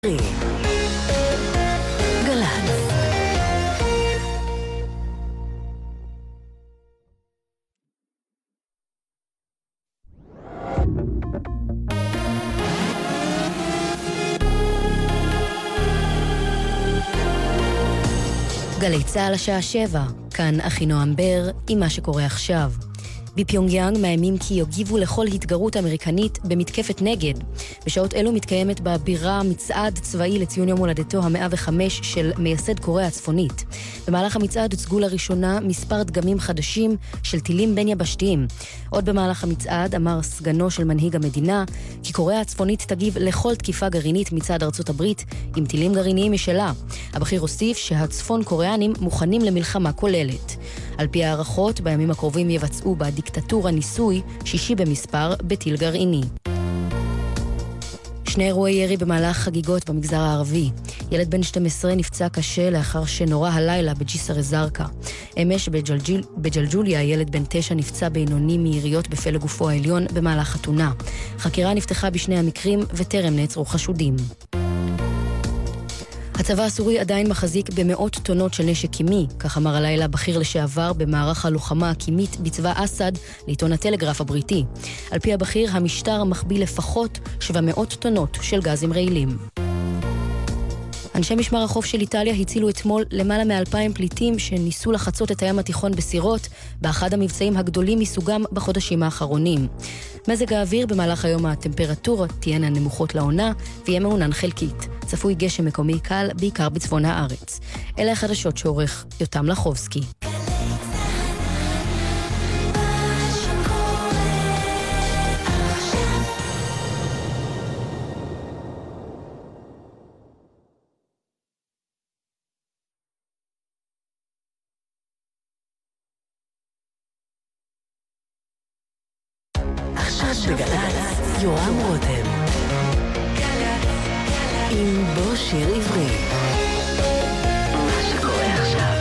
גל"צ. גלי צהל השעה 7, כאן אחינועם בר עם מה שקורה עכשיו. בפיונגיאנג מאיימים כי יגיבו לכל התגרות אמריקנית במתקפת נגד. בשעות אלו מתקיימת בבירה מצעד צבאי לציון יום הולדתו ה-105 של מייסד קוריאה הצפונית. במהלך המצעד הוצגו לראשונה מספר דגמים חדשים של טילים בין יבשתיים. עוד במהלך המצעד אמר סגנו של מנהיג המדינה כי קוריאה הצפונית תגיב לכל תקיפה גרעינית מצד ארצות הברית עם טילים גרעיניים משלה. הבכיר הוסיף שהצפון קוריאנים מוכנים למלחמה כוללת. על פי הערכות, בימים הקרובים יבצעו בדיקטטורה ניסוי, 6 במספר, בטיל גרעיני. 2 אירועי ירי במהלך חגיגות במגזר הערבי. ילד בן 12 נפצע קשה לאחר שנורה הלילה בג'יסר א-זרקא. אמש בג'לג'וליה ילד בן 9 נפצע בינוני מיריות בפלג גופו העליון במהלך חתונה. חקירה נפתחה בשני המקרים וטרם נעצרו חשודים. הצבא הסורי עדיין מחזיק במאות טונות של נשק קימי, כך אמר הלילה בכיר לשעבר במערך הלוחמה הקימית בצבא אסד לעיתון הטלגרף הבריטי. על פי הבכיר, המשטר מחביא לפחות 700 טונות של גזים רעילים. אנשי משמר החוף של איטליה הצילו אתמול למעלה מ-2,000 פליטים שניסו לחצות את הים התיכון בסירות, באחד המבצעים הגדולים מסוגם בחודשים האחרונים. מזג האוויר במהלך היום הטמפרטורות תהיינה נמוכות לעונה ויהיה מעונן חלקית. צפוי גשם מקומי קל בעיקר בצפון הארץ. אלה החדשות שעורך יותם לחובסקי. בגל"צ יורם רותם עם בו שיר עברי. מה שקורה עכשיו.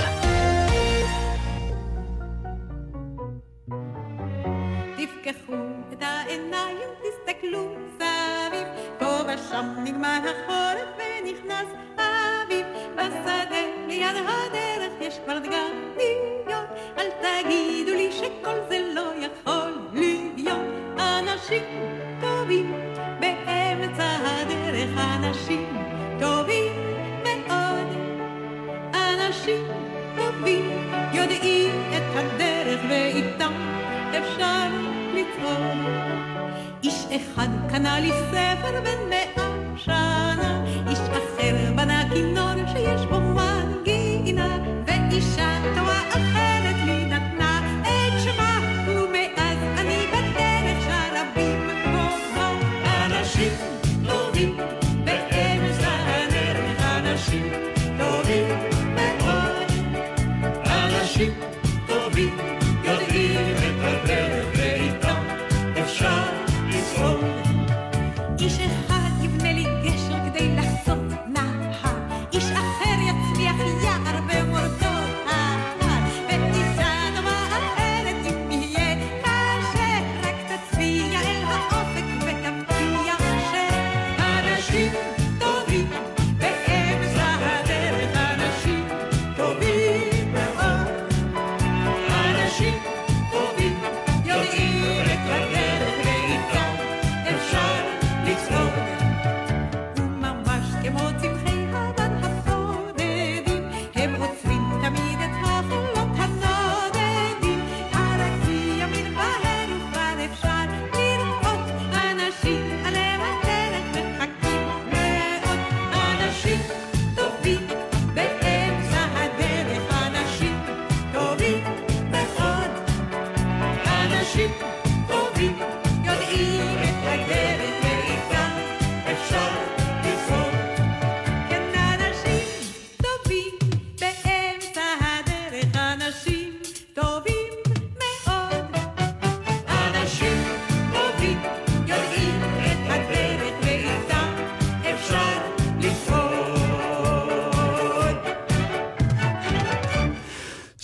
תפקחו את העיניים, תסתכלו סביב, פה ושם נגמר החורף ונכנס האביב. בשדה ליד הדרך יש כבר דגניות, אל תגידו לי שכל זה לא יכול להיות. אנשים טובים באמצע הדרך, אנשים טובים מאוד, אנשים טובים יודעים את הדרך ואיתם אפשר לצעוד. איש אחד קנה לי ספר בן 100 שנה, איש אחר בנה כינור שיש בו מנגינה, ואישה טועה אחרת לי נתנה את שמה, ומאז אני בדרך שרבים כמו אנשים טובים באמצע הדרך, אנשים טובים מאוד, אנשים טובים יודעים את הדרך ואיתם אפשר לצעוד. איש אחד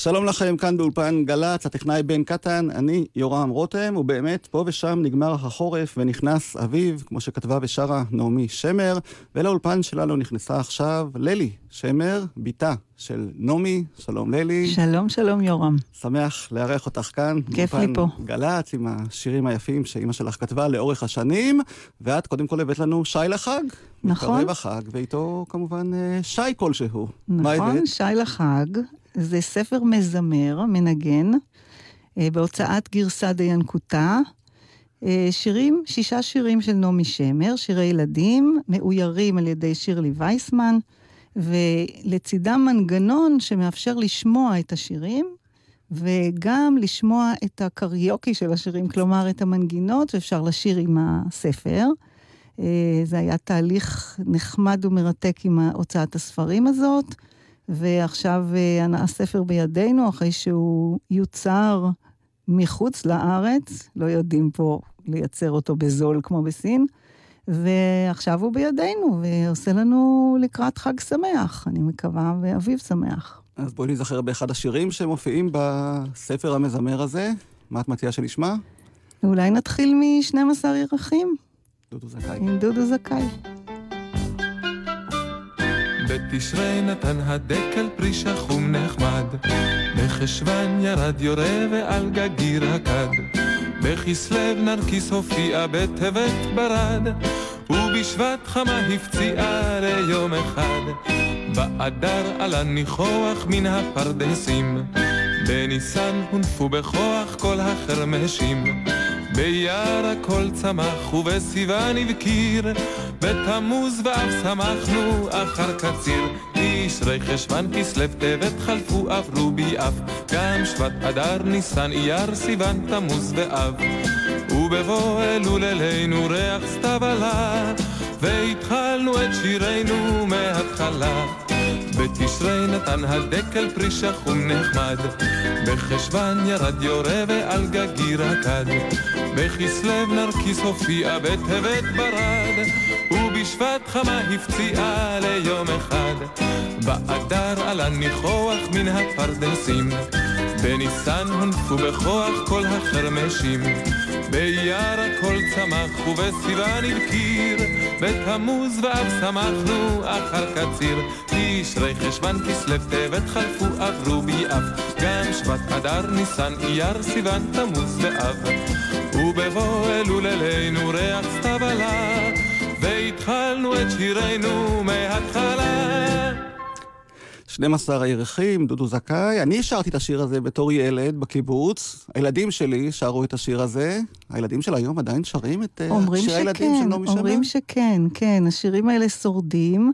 שלום לכם, כאן באולפן גל"צ, הטכנאי בן קטן, אני יורם רותם, ובאמת פה ושם נגמר החורף ונכנס אביב, כמו שכתבה ושרה נעמי שמר, ולאולפן שלנו נכנסה עכשיו ללי שמר, ביתה של נעמי. שלום ללי. שלום, שלום יורם. שמח לארח אותך כאן. כיף לי פה. גל"צ עם השירים היפים שאמא שלך כתבה לאורך השנים, ואת קודם כל הבאת לנו שי לחג. נכון. מתקרב החג, ואיתו כמובן שי כלשהו. נכון, שי לחג. זה ספר מזמר, מנגן, בהוצאת גרסה דיינקותה. שירים, 6 שירים של נעמי שמר, שירי ילדים, מאוירים על ידי שירלי וייסמן, ולצידם מנגנון שמאפשר לשמוע את השירים, וגם לשמוע את הקריוקי של השירים, כלומר את המנגינות, ואפשר לשיר עם הספר. זה היה תהליך נחמד ומרתק עם הוצאת הספרים הזאת, ועכשיו הספר בידינו, אחרי שהוא יוצר מחוץ לארץ, לא יודעים פה לייצר אותו בזול כמו בסין, ועכשיו הוא בידינו, ועושה לנו לקראת חג שמח, אני מקווה, ואביב שמח. אז בואי נזכר באחד השירים שמופיעים בספר המזמר הזה. מה את מציעה שנשמע? אולי נתחיל מ-12 ירחים. דודו זכאי. עם דודו זכאי. בתשרי נתן הדקל פרי שחום נחמד, בחשוון ירד יורה ועל גגי רקד, בכסלו נרקיס הופיע בטבת ברד, ובשבט חמה הפציעה ליום אחד, באדר עלה ניחוח מן הפרדסים, בניסן הונפו בכוח כל החרמשים, ביער הכל צמח ובסיוון הבקיר, בתמוז ואב שמחנו אחר קציר, תשרי חשוון כסלו טבת חלפו עברו ביעף, גם שבט אדר ניסן אייר סיוון תמוז ואב, ובבוא אלול אלינו ריח סתיו עלה, והתחלנו את שירנו מההתחלה. בתשרי נתן הדקל פרי שחום נחמד, בחשוון ירד יורה ועל גגי רקד, בכסלו נרקיס הופיע בטבת ברד, ובשבט חמה הפציעה ליום אחד, באדר עלה ניחוח מן הפרדסים, בניסן הונפו בכוח כל החרמשים, ביער הכל צמח ובסיוון הבקיר, בתמוז ואב שמחנו אחר קציר, תשרי חשוון כסלו טבת חלפו עברו ביעף, גם שבט אדר ניסן אייר סיוון תמוז ואב, ובבוא אלול אלינו ריח סתיו עלה, והתחלנו את שירנו מההתחלה. 12 הירחים, דודו זכאי. אני שרתי את השיר הזה בתור ילד בקיבוץ. הילדים שלי שרו את השיר הזה. הילדים של היום עדיין שרים את שיר הילדים של נעמי שמר? אומרים שכן, כן. השירים האלה שורדים,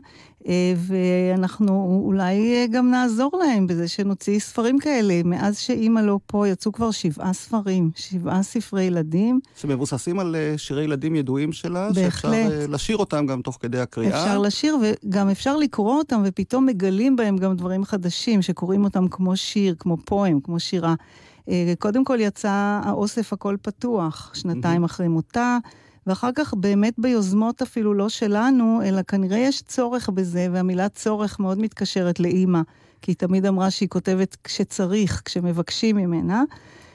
ואנחנו אולי גם נעזור להם בזה שנוציא ספרים כאלה. מאז שאמא לא פה יצאו כבר 7 ספרים, 7 ספרי ילדים. שמבוססים על שירי ילדים ידועים שלה, שאפשר לשיר אותם גם תוך כדי הקריאה. אפשר לשיר וגם אפשר לקרוא אותם, ופתאום מגלים בהם גם דברים חדשים, שקוראים אותם כמו שיר, כמו פואם, כמו שירה. קודם כל יצא האוסף הכל פתוח, 2 אחרי מותה, ואחר כך באמת ביוזמות אפילו לא שלנו, אלא כנראה יש צורך בזה, והמילה צורך מאוד מתקשרת לאמא, כי היא תמיד אמרה שהיא כותבת כשצריך, כשמבקשים ממנה.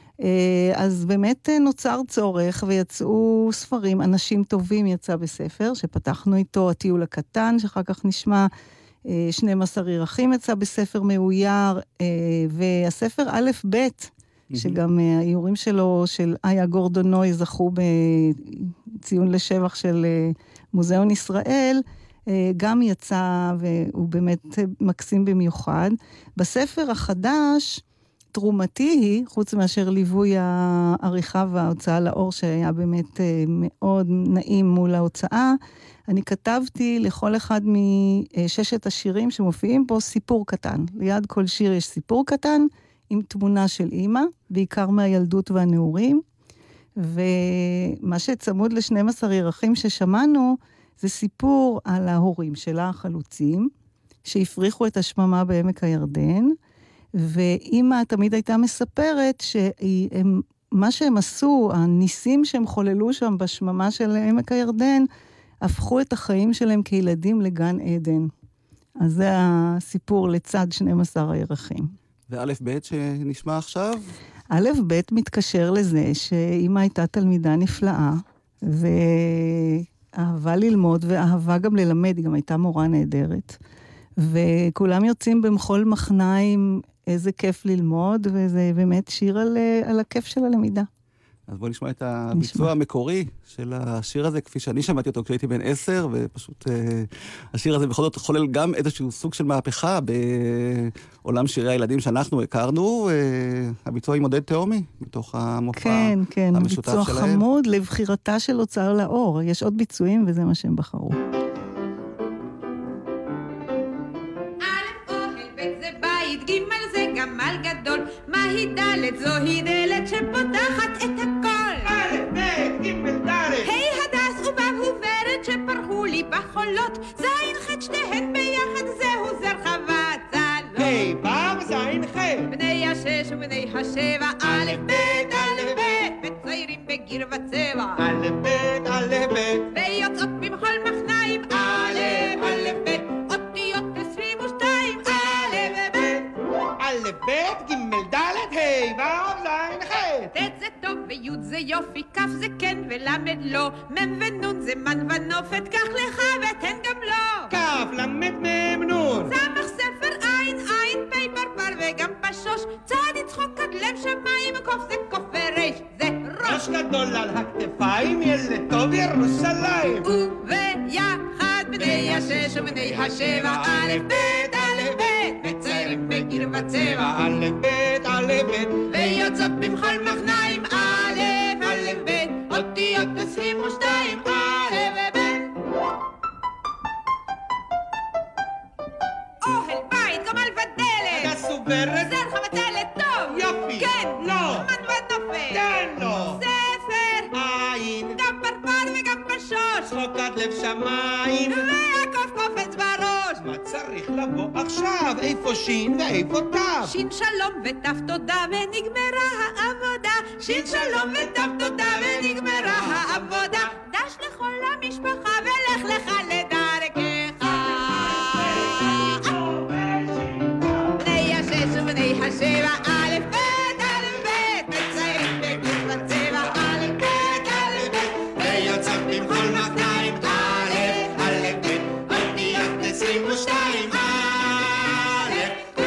אז באמת נוצר צורך, ויצאו ספרים, אנשים טובים יצא בספר, שפתחנו איתו הטיול הקטן, שאחר כך נשמע 12 ירחים יצא בספר מאויר, והספר א' ב', שגם האיורים שלו, של איה גורדונוי, זכו בציון לשבח של מוזיאון ישראל, גם יצא, והוא באמת מקסים במיוחד. בספר החדש, תרומתי היא, חוץ מאשר ליווי העריכה וההוצאה לאור, שהיה באמת מאוד נעים מול ההוצאה, אני כתבתי לכל אחד מ6 השירים שמופיעים פה סיפור קטן. ליד כל שיר יש סיפור קטן, עם תמונה של אמא, בעיקר מהילדות והנעורים, ומה שצמוד ל12 ירחים ששמענו, זה סיפור על ההורים שלה, החלוצים, שהפריחו את השממה בעמק הירדן, ואמא תמיד הייתה מספרת שמה שהם עשו, הניסים שהם חוללו שם בשממה של עמק הירדן, הפכו את החיים שלהם כילדים לגן עדן. אז זה הסיפור לצד 12 הירחים. וא' ב' שנשמע עכשיו? א' ב' מתקשר לזה שאמא הייתה תלמידה נפלאה, ואהבה ללמוד ואהבה גם ללמד, היא גם הייתה מורה נהדרת. וכולם יוצאים במחול מחניים, איזה כיף ללמוד, וזה באמת שיר על הכיף של הלמידה. אז בואו נשמע את הביצוע המקורי של השיר הזה, כפי שאני שמעתי אותו כשהייתי בן 10, ופשוט השיר הזה בכל זאת חולל גם איזשהו סוג של מהפכה בעולם שירי הילדים שאנחנו הכרנו. הביצוע עם עודד תאומי, מתוך המופע המשותף שלהם. כן, ביצוע חמוד לבחירתה של הוצאה לאור. יש עוד ביצועים וזה מה שהם בחרו. גמל גדול, מהי ד' זוהי דלת שפותחת את הכל. א' ב' ג' ד' היי הדס ובב וברד שפרחו לי בחולות, זין ח' שתיהן ביחד זהו זר חוות צלות. היי בב זין ח' בני השש ובני השבע, א' ב' א' ב' מציירים בגיר וצבע, א' ב' א' ב' ויוצאות במחול מחניים, א' א' ב' אותיות 22, א' ב' ג' ד' ה' ו' ז' ח' ט' זה טוב וי' זה יופי, כ' זה כן ולמד לא, מ' ונ' זה מן ונופת, כך לך ותן גם לא. כ' למד מ' נ' סמך ספר עין עין פ' פרפר וגם פשוש, צד יצחוק עד לב שמיים, קוף זה קוף וריש זה ראש גדול על הכתפיים, ילד טוב ירושלים. וביחד בני השש ובני השבע, א' ב' א' ב' מציירים בגיר וצבע, א' ב' א' ב' ויוצאות במחול מחניים, א' א' ב' אותיות 22, א' ב' אוהל בית גמל ודלת הדס וברד זר חבצלת טוב יופי כן לא מן ונופת כן לא ספר עין גם פרפר וגם פשוש צחוק עד לב שמיים והקוף קופץ בראש. מה צריך לבוא עכשיו? איפה שין ואיפה תף? שין שלום ותף תודה ונגמרה העבודה, שין שלום ותף תודה ונגמרה העבודה, דש לכל המשפחה ולך לך לדרכך. בני השש ובני השבע, א' ב' א' ב' מציירים בגיר וצבע, א' ב' א' ב' ויוצאות במחול מחניים, א' א' ב' אותיות 22, א' ב'.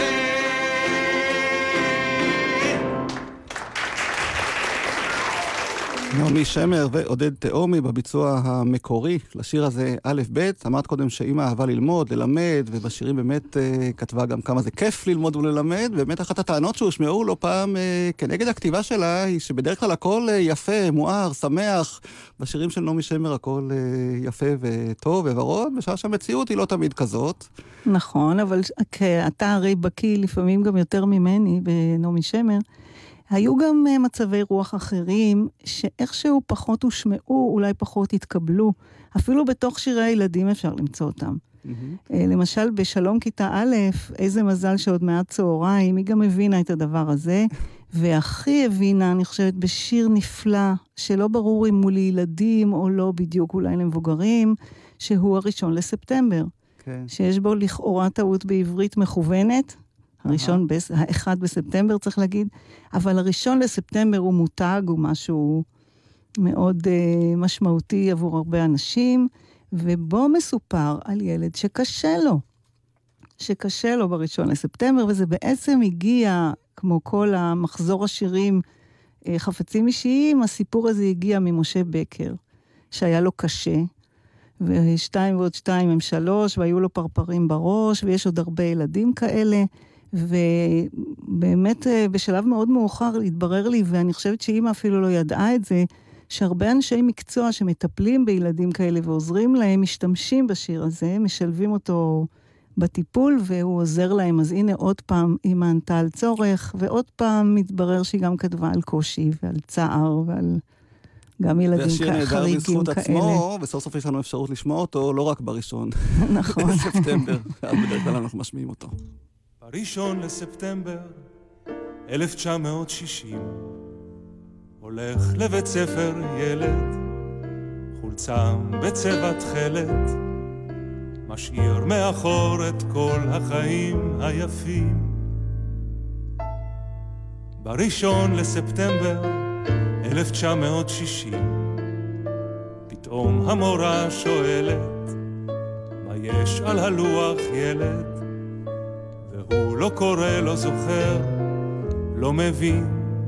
נעמי שמר ועודד תאומי בביצוע המקורי לשיר הזה א' ב'. אמרת קודם שאמא אהבה ללמוד, ללמד, ובשירים באמת כתבה גם כמה זה כיף ללמוד וללמד. באמת אחת הטענות שהושמעו לא פעם כנגד הכתיבה שלה היא שבדרך כלל הכל יפה, מואר, שמח. בשירים של נעמי שמר הכל יפה וטוב וורוד, בשעה שהמציאות היא לא תמיד כזאת. נכון, אבל אתה הרי בקיא לפעמים גם יותר ממני בנעמי שמר. היו גם מצבי רוח אחרים שאיכשהו פחות הושמעו, אולי פחות התקבלו. אפילו בתוך שירי הילדים אפשר למצוא אותם. למשל, בשלום כיתה א', איזה מזל שעוד מעט צהריים, היא גם הבינה את הדבר הזה, והכי הבינה, אני חושבת, בשיר נפלא, שלא ברור אם הוא לילדים או לא בדיוק, אולי למבוגרים, שהוא הראשון לספטמבר. כן. שיש בו לכאורה טעות בעברית מכוונת, האחד בספטמבר צריך להגיד, אבל הראשון לספטמבר הוא מותג, הוא משהו מאוד משמעותי עבור הרבה אנשים, ובו מסופר על ילד שקשה לו בראשון לספטמבר, וזה בעצם הגיע, כמו כל המחזור השירים חפצים אישיים, הסיפור הזה הגיע ממשה בקר, שהיה לו קשה, ו2 ועוד 2 הם 3, והיו לו פרפרים בראש, ויש עוד הרבה ילדים כאלה, ובאמת בשלב מאוד מאוחר התברר לי, ואני חושבת שאמא אפילו לא ידעה את זה, שהרבה אנשי מקצוע שמטפלים בילדים כאלה ועוזרים להם, משתמשים בשיר הזה, משלבים אותו בטיפול, והוא עוזר להם. אז הנה עוד פעם אמא ענתה על צורך, ועוד פעם מתברר שהיא גם כתבה על קושי ועל צער ועל גם ילדים חריגים כאלה. והשיר נהדר בזכות עצמו, וסוף סוף יש לנו אפשרות לשמוע אותו, לא רק בראשון. נכון. בספטמבר, אז בדרך כלל אנחנו משמיעים אותו. בראשון לספטמבר 1960 הולך לבית ספר ילד, חולצה בצבע תכלת, משאיר מאחור את כל החיים היפים. בראשון לספטמבר 1960 פתאום המורה שואלת מה יש על הלוח ילד, והוא לא קורא, לא זוכר, לא מבין.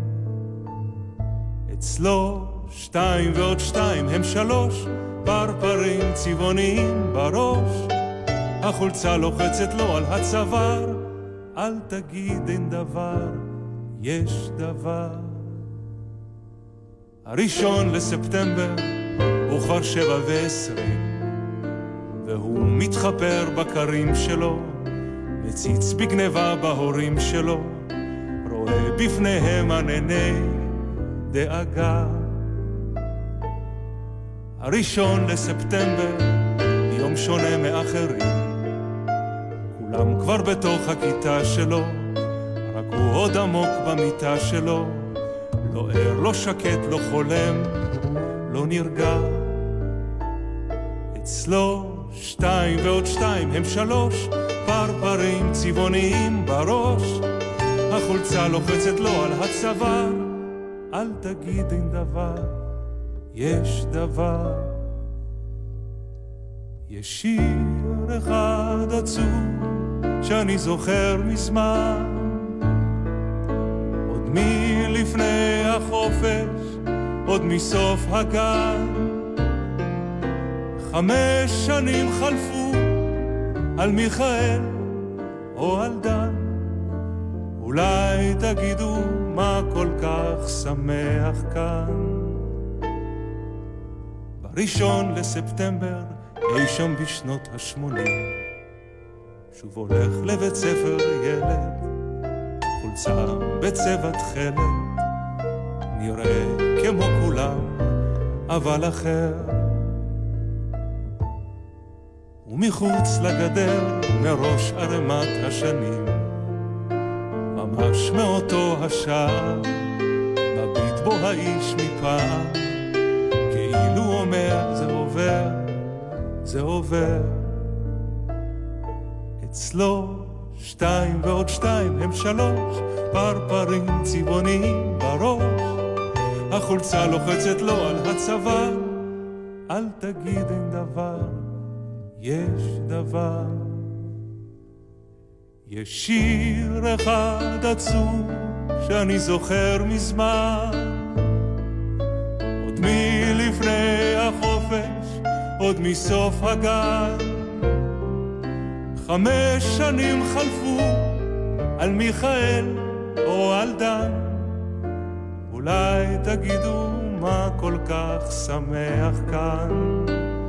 אצלו 2 ועוד 2 הם 3 פרפרים צבעוניים בראש, החולצה לוחצת לו על הצוואר, אל תגיד אין דבר, יש דבר. הראשון לספטמבר הוא כבר 7:20 והוא מתחפר בקרים שלו, מציץ בגניבה בהורים שלו, רואה בפניהם ענני דאגה. הראשון לספטמבר יום שונה מאחרים, כולם כבר בתוך הכיתה שלו, רק הוא עוד עמוק במיטה שלו, לא ער, לא שקט, לא חולם, לא נרגע. אצלו 2 ועוד 2 הם 3 פרפרים צבעוניים בראש, החולצה לוחצת לו על הצוואר, אל תגיד אין דבר, יש דבר. יש שיר אחד עצוב שאני זוכר מזמן, עוד מלפני החופש, עוד מסוף הגן. 5 שנים חלפו על מיכאל או על דן, אולי תגידו מה כל כך שמח כאן. בראשון לספטמבר אי שם בשנות ה-80 שוב הולך לבית ספר ילד, חולצה בצבע תכלת, נראה כמו כולם אבל אחר. ומחוץ לגדר מראש ערמת השנים, ממש מאותו השער מביט בו האיש מפעם, כאילו אומר זה עובר, זה עובר. אצלו 2 ועוד 2 הם 3 פרפרים צבעוניים בראש, החולצה לוחצת לו על הצוואר, אל תגיד אין דבר, יש דבר. יש שיר אחד עצוב שאני זוכר מזמן, עוד מלפני החופש, עוד מסוף הגן. 5 שנים חלפו על מיכאל או על דן, אולי תגידו מה כל כך שמח כאן.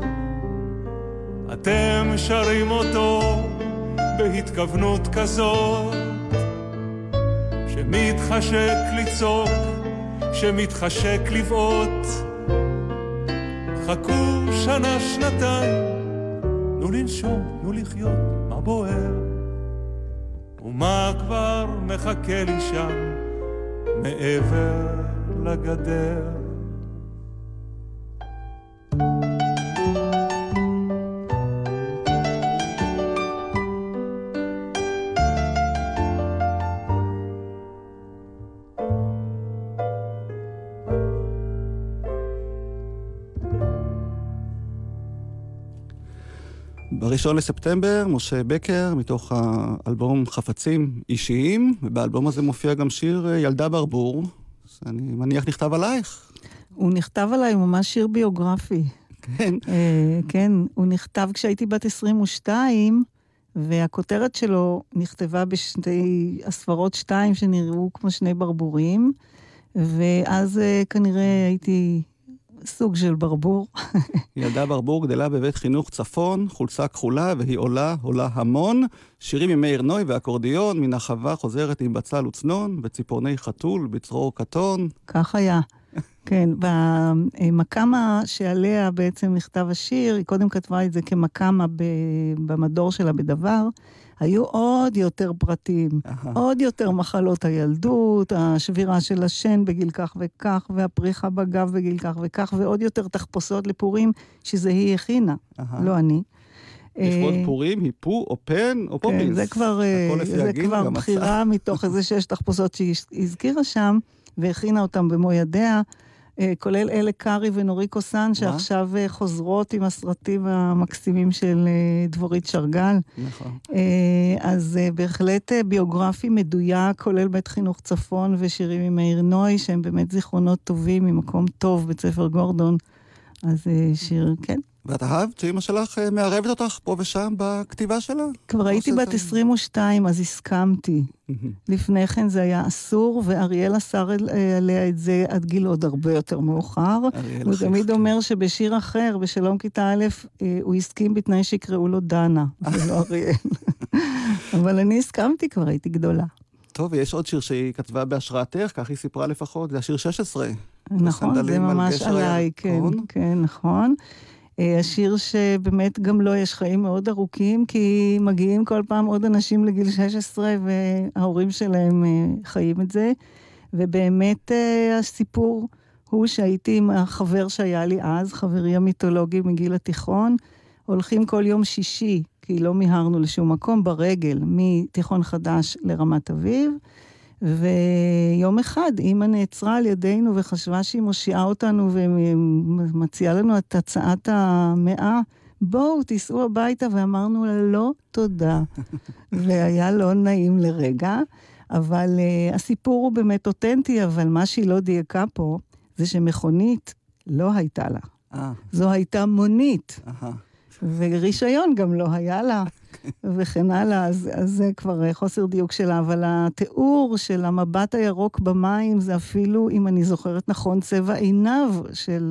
אתם שרים אותו בהתכוונות כזאת, שמתחשק לצעוק, שמתחשק לבעוט. חכו שנה שנתיים, תנו לנשום, תנו לחיות, מה בוער? ומה כבר מחכה לי שם מעבר לגדר? בראשון לספטמבר, משה בקר, מתוך האלבום חפצים אישיים, ובאלבום הזה מופיע גם שיר ילדה ברבור, אני מניח נכתב עלייך. הוא נכתב עליי, ממש שיר ביוגרפי. כן. כן, הוא נכתב כשהייתי בת 22, והכותרת שלו נכתבה בשתי הספרות 2 שנראו כמו 2 ברבורים, ואז כנראה הייתי סוג של ברבור. ילדה ברבור גדלה בבית חינוך צפון, חולצה כחולה, והיא עולה המון. שירים עם מאיר נוי ואקורדיון, מן החווה חוזרת עם בצל וצנון, וציפורני חתול בצרור קטון. כך היה. כן, במקמה שעליה בעצם נכתב השיר, היא קודם כתבה את זה כמקמה במדור שלה בדבר, היו עוד יותר פרטים, עוד יותר מחלות הילדות, השבירה של השן בגיל כך וכך, והפריחה בגב בגיל כך וכך, ועוד יותר תחפושות לפורים שזה היא הכינה, לא אני. לכבוד פורים, היפו או פן או פופינס. כן, זה כבר בחירה מתוך איזה 6 תחפושות שהיא הזכירה שם, והכינה אותם במו ידיה, כולל אלה קארי ונוריקו סן, שעכשיו חוזרות עם הסרטים המקסימים של דבורית שרגל. נכון. אז בהחלט ביוגרפי מדויק, כולל בית חינוך צפון ושירים עם מאיר נוי, שהם באמת זיכרונות טובים, ממקום טוב, בית ספר גורדון. אז שיר, כן. ואת אהבת שאמא שלך מערבת אותך פה ושם בכתיבה שלה? כבר הייתי בת 22, אז הסכמתי. לפני כן זה היה אסור, ואריאל אסר עליה את זה עד גיל עוד הרבה יותר מאוחר. הוא תמיד אומר שבשיר אחר, בשלום כיתה א', הוא הסכים בתנאי שיקראו לו דנה, ולא אריאל. אבל אני הסכמתי, כבר הייתי גדולה. טוב, ויש עוד שיר שהיא כתבה בהשראתך, כך היא סיפרה לפחות, זה השיר 16. נכון, זה ממש עליי, כן, נכון. השיר שבאמת גם לו יש חיים מאוד ארוכים, כי מגיעים כל פעם עוד אנשים לגיל 16, וההורים שלהם חיים את זה. ובאמת הסיפור הוא שהייתי עם החבר שהיה לי אז, חברי המיתולוגי מגיל התיכון, הולכים כל יום שישי, כי לא מיהרנו לשום מקום, ברגל, מתיכון חדש לרמת אביב, ויום אחד אמא נעצרה על ידינו וחשבה שהיא מושיעה אותנו ומציעה לנו את הצעת המאה, בואו תיסעו הביתה, ואמרנו לה לא תודה. והיה לא נעים לרגע, אבל הסיפור הוא באמת אותנטי, אבל מה שהיא לא דייקה פה, זה שמכונית לא הייתה לה. זו הייתה מונית. ורישיון גם לא היה לה. וכן הלאה, אז זה כבר חוסר דיוק שלה, אבל התיאור של המבט הירוק במים, זה אפילו, אם אני זוכרת נכון, צבע עיניו של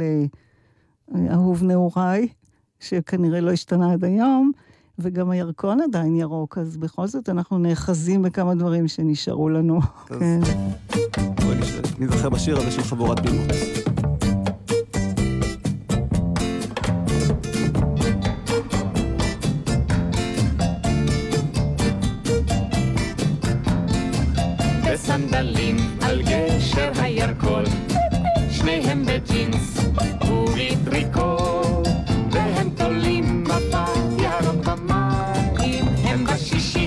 אהוב נעוריי, שכנראה לא השתנה עד היום, וגם הירקון עדיין ירוק, אז בכל זאת אנחנו נאחזים בכמה דברים שנשארו לנו. כן. בואי נזכר בשיר הזה של חבורת בימות. בסנדלים על גשר הירקון, שניהם בג'ינס ובטריקו, והם תולים מבט ירוק במים, הם בשישית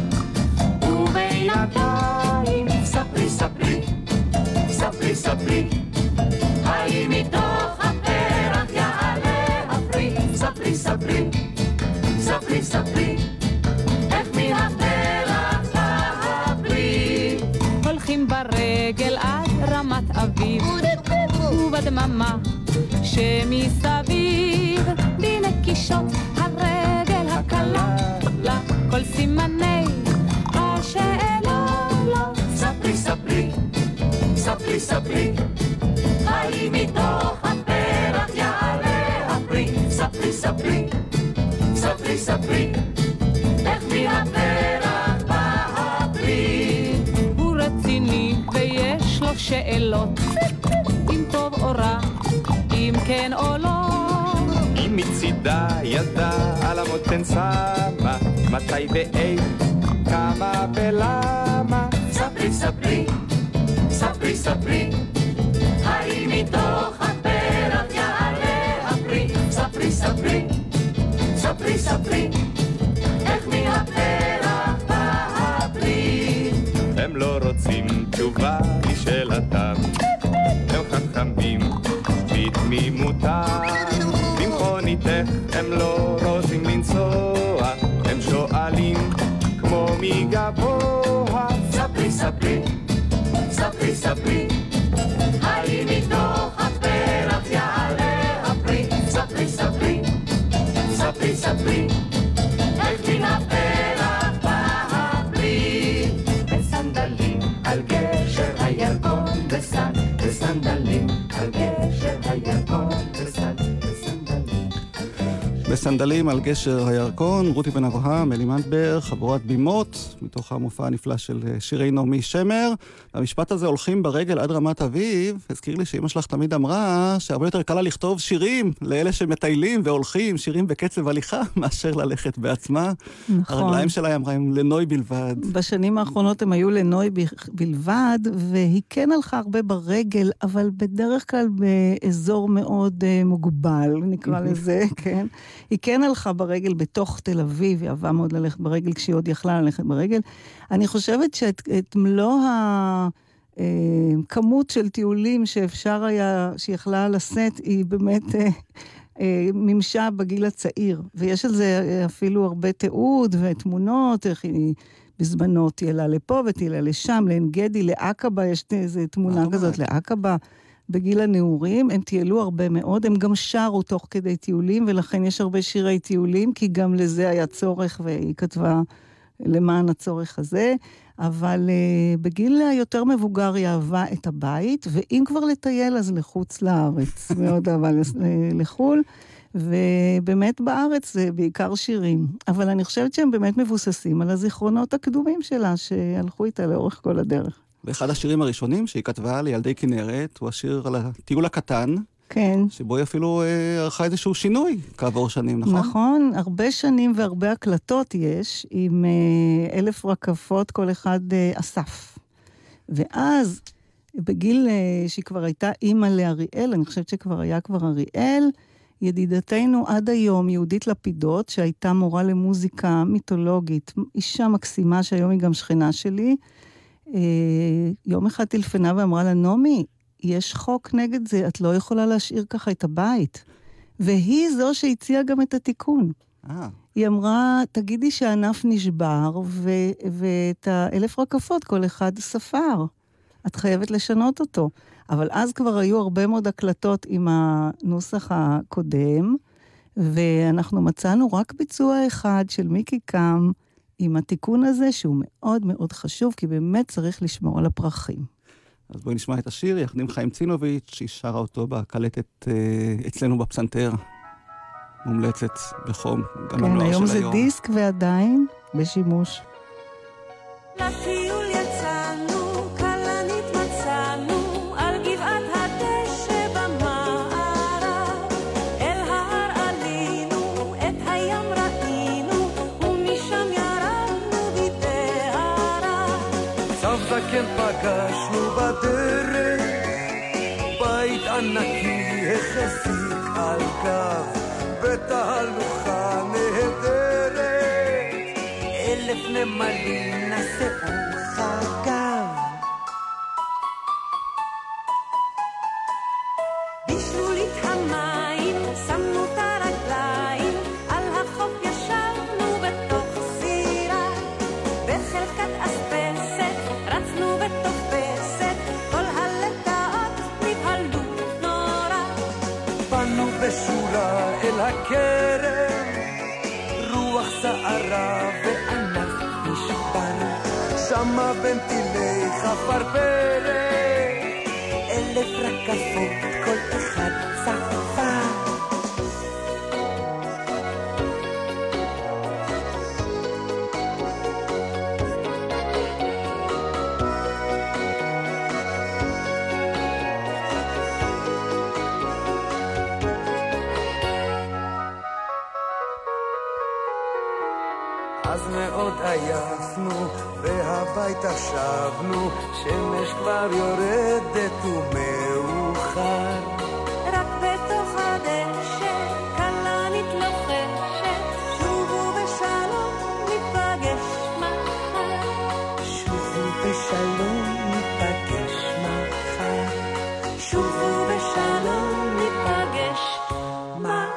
ובינתיים. ספרי ספרי, ספרי ספרי, האם מתוך הפרח יעלה הפרי? ספרי ספרי, ספרי ספרי, איך מן הפרח הפרי? הולכים ברגל עד רמת אביב, ובדממה שמסביב, בנקישות הרגל הקלה, כל סימני השאלה לא. ספרי ספרי, ספרי ספרי, האם מתוך הפרח יעלה הפרי? ספרי ספרי, ספרי ספרי, איך מן הפרח בא הפרי? הוא רציני ויש לו שאלות, אם טוב או רע, אם כן או לא. אם מצידה ידה על המותן שמה, מתי ואין, כמה ולמה. ספרי ספרי, ספרי ספרי, האם מתוך הפרח יעלה הפרי? ספרי ספרי, ספרי ספרי, איך מהפרח בא הפרי? הם לא רוצים תשובה לשאלתם, הם חכמים בתמימותם, במכוניתך הם לא רוצים לנסוע, הם שואלים כמו מגבוה. ספרי ספרי, ספרי ספרי, האם מתוך הפרח יעלה הפרי? ספרי ספרי, ספרי ספרי, איך מן הפרח בא הפרי? בסנדלים על גשר הירקון בסן, בסנדלים על גשר הירקון בסן, בסנדלים על גשר הירקון, רותי בן אברהם, אלי מנדבר, חבורת בימות, מתוך המופע הנפלא של שירי נעמי שמר. המשפט הזה, הולכים ברגל עד רמת אביב, הזכיר לי שאמא שלך תמיד אמרה שהרבה יותר קלה לכתוב שירים לאלה שמטיילים והולכים, שירים בקצב הליכה, מאשר ללכת בעצמה. נכון. הרגליים שלה אמרה הם לנוי בלבד. בשנים האחרונות הם היו לנוי בלבד, והיא כן הלכה הרבה ברגל, אבל בדרך כלל באזור מאוד מוגבל, נקרא לזה, כן. היא כן הלכה ברגל בתוך תל אביב, היא אהבה מאוד ללכת ברגל כשהיא עוד יכלה ללכת ברגל. אני חושבת שאת מלוא הכמות של טיולים שאפשר היה, שיכלה לשאת, היא באמת ממשה בגיל הצעיר. ויש על זה אפילו הרבה תיעוד ותמונות, איך היא בזמנו תהילה לפה ותהילה לשם, לעין גדי, לעקבה, יש איזו תמונה כזאת לעקבה. בגיל הנעורים, הם טיילו הרבה מאוד, הם גם שרו תוך כדי טיולים, ולכן יש הרבה שירי טיולים, כי גם לזה היה צורך, והיא כתבה למען הצורך הזה, אבל בגיל היותר מבוגר היא אהבה את הבית, ואם כבר לטייל אז לחוץ לארץ, מאוד אהבה לחול, ובאמת בארץ זה בעיקר שירים, אבל אני חושבת שהם באמת מבוססים על הזיכרונות הקדומים שלה, שהלכו איתה לאורך כל הדרך. ואחד השירים הראשונים שהיא כתבה לילדי כנרת, הוא השיר על הטיול הקטן. כן. שבו היא אפילו ערכה איזשהו שינוי כעבור שנים, נכון? נכון, הרבה שנים והרבה הקלטות יש, עם 1,000 רקפות כל אחד אסף. ואז, בגיל שהיא כבר הייתה אימא לאריאל, אני חושבת שכבר היה כבר אריאל, ידידתנו עד היום, יהודית לפידות, שהייתה מורה למוזיקה מיתולוגית, אישה מקסימה שהיום היא גם שכנה שלי, יום אחד טלפנה ואמרה לה, נומי, יש חוק נגד זה, את לא יכולה להשאיר ככה את הבית. והיא זו שהציעה גם את התיקון. היא אמרה, תגידי שהענף נשבר, ואת 1,000 רקפות כל אחד ספר. את חייבת לשנות אותו. אבל אז כבר היו הרבה מאוד הקלטות עם הנוסח הקודם, ואנחנו מצאנו רק ביצוע אחד של מיקי קם, עם התיקון הזה שהוא מאוד מאוד חשוב, כי באמת צריך לשמור על הפרחים. אז בואי נשמע את השיר, יחד עם חיים צינוביץ', שהיא שרה אותו בקלטת אצלנו בפסנתר, מומלצת בחום, גם כן, הנוער היום של זה דיסק ועדיין בשימוש. לטיול יצאנו, כלנית מצאנו, על גבעת הדשא במערב, אל ההר עלינו, את הים ראינו, ומשם ירדנו בדהרה. צב זקן פגשנו בדרך, בית ענקי החזיק על קו, בתהלוכה נהדרת, 1,000 נמלים נסעו חגב. בשלולית המים שמנו את הרגליים, על החוף ישבנו בתוך סירה, בחלקת אספסת רצנו ותופסת, כל הלטאות נבהלו נורא. באנו בשורה אל הכרם, רוח שערה וענף נשבר, שמה בין טילי חפרפרת, 1,000 רקפות כל אחד צפה. אז מאוד עייפנו והביתה שבנו, שמש כבר יורדת ומאוחר, רק בתוך הדשא כלנית לוחשת, שובו בשלום ניפגש מחר. שובו בשלום ניפגש מחר, שובו בשלום ניפגש מחר.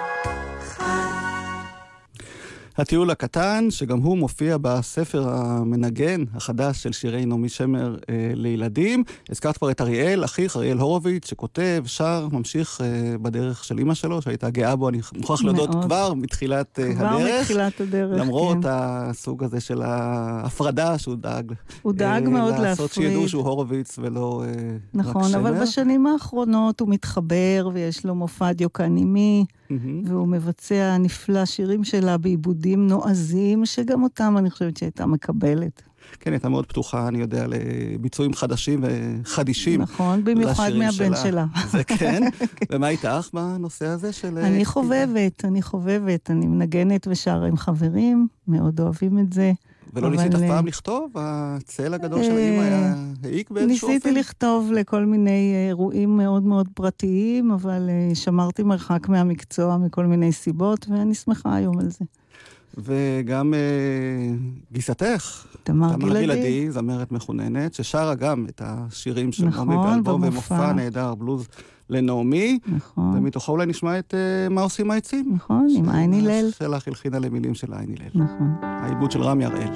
הטיול הקטן, שגם הוא מופיע בספר המנגן החדש של שירי נעמי שמר לילדים. הזכרת כבר את אריאל, אחיך, אריאל הורוביץ, שכותב, שר, ממשיך בדרך של אמא שלו, שהייתה גאה בו, אני מוכרח להודות כבר מתחילת הדרך. כבר מתחילת הדרך, למרות כן. הסוג הזה של ההפרדה שהוא דאג. הוא דאג מאוד להפריד. לעשות שידעו שהוא הורוביץ ולא נכון, רק שמר. אבל בשנים האחרונות הוא מתחבר, ויש לו מופע דיוקן אימי, והוא מבצע נפלא שירים שלה בעיבודים נועזים, שגם אותם אני חושבת שהייתה מקבלת. כן, הייתה מאוד פתוחה, אני יודע, לביצועים חדשים וחדישים. נכון, במיוחד מהבן שלה. זה כן. ומה איתך בנושא הזה של... אני חובבת, אני מנגנת ושרה עם חברים, מאוד אוהבים את זה. ולא ניסית אף פעם לכתוב? הצל הגדול של האמא היה העיק באיזשהו אופן? ניסיתי לכתוב לכל מיני אירועים מאוד מאוד פרטיים, אבל שמרתי מרחק מהמקצוע מכל מיני סיבות, ואני שמחה היום על זה. וגם גיסתך, תמר גלעדי, זמרת מחוננת, ששרה גם את השירים של נעמי באלבום ומופע נהדר בלוז לנעמי, ומתוכו אולי נשמע את מה עושים העצים. נכון, עם עין הלל. שלך הלחינה למילים של עין הלל. נכון. העיבוד של רמי הראל.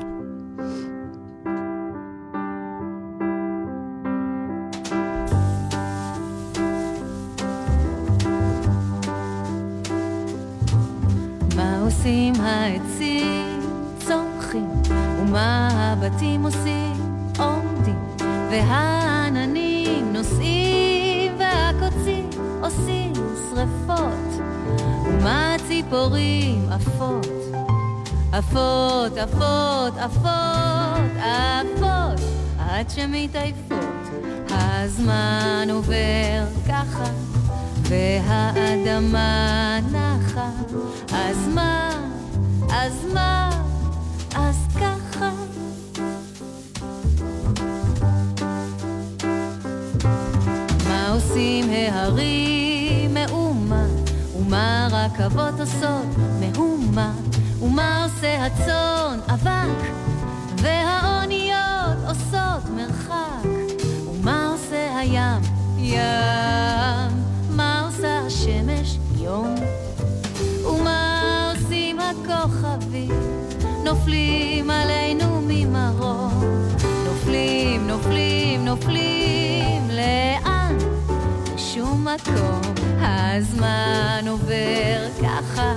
מה עושים העצים צומחים, ומה הבתים עושים עומדים, והעננים נוסעים, והקוצים עושים שרפות, ומה הציפורים עפות, עפות, עפות, עפות, עפות, עד שמתעייפות. הזמן עובר ככה, והאדמה נחה. אז מה, אז מה, אז ככה. מה עושים ההרים מאומה, ומה רכבות עושות מהומה, ומה עושה הצאן אבק, והאוניות עושות מרחק, ומה עושה הים ים, מה עושה השמש יום, ומה עושים הכוכבים, נופלים עלינו ממרום, נופלים, נופלים, נופלים, לאן? לשום מקום. הזמן עובר ככה,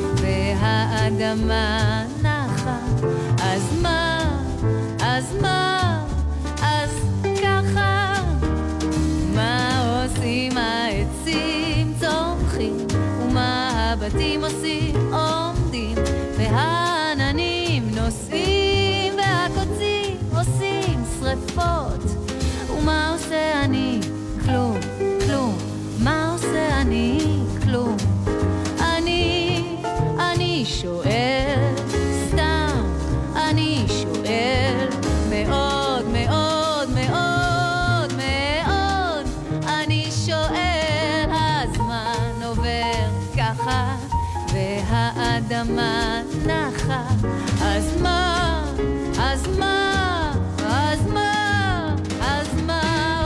והאדמה נחה. אז מה, אז מה, אז ככה. מה עושים העצים צומחים, ומה הבתים עושים עומדים, והעננים נוסעים, והקוצים עושים שרפות. ומה עושה אני? כלום, כלום. מה עושה אני? כלום. אני שואל, סתם אני שואל, מאוד מאוד מאוד מאוד אני שואל. הזמן עובר ככה, והאדמה נחה. אז מה, אז מה, אז מה, אז מה,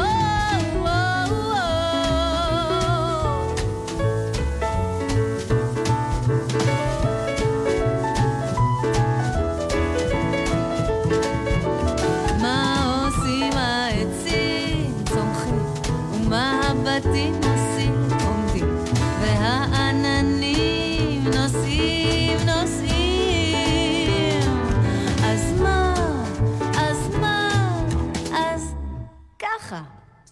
מה עושים העצים צומחים, ומה הבתים עושים עומדים, והעננים נוסעים נוסעים. אז מה, אז מה, אז ככה.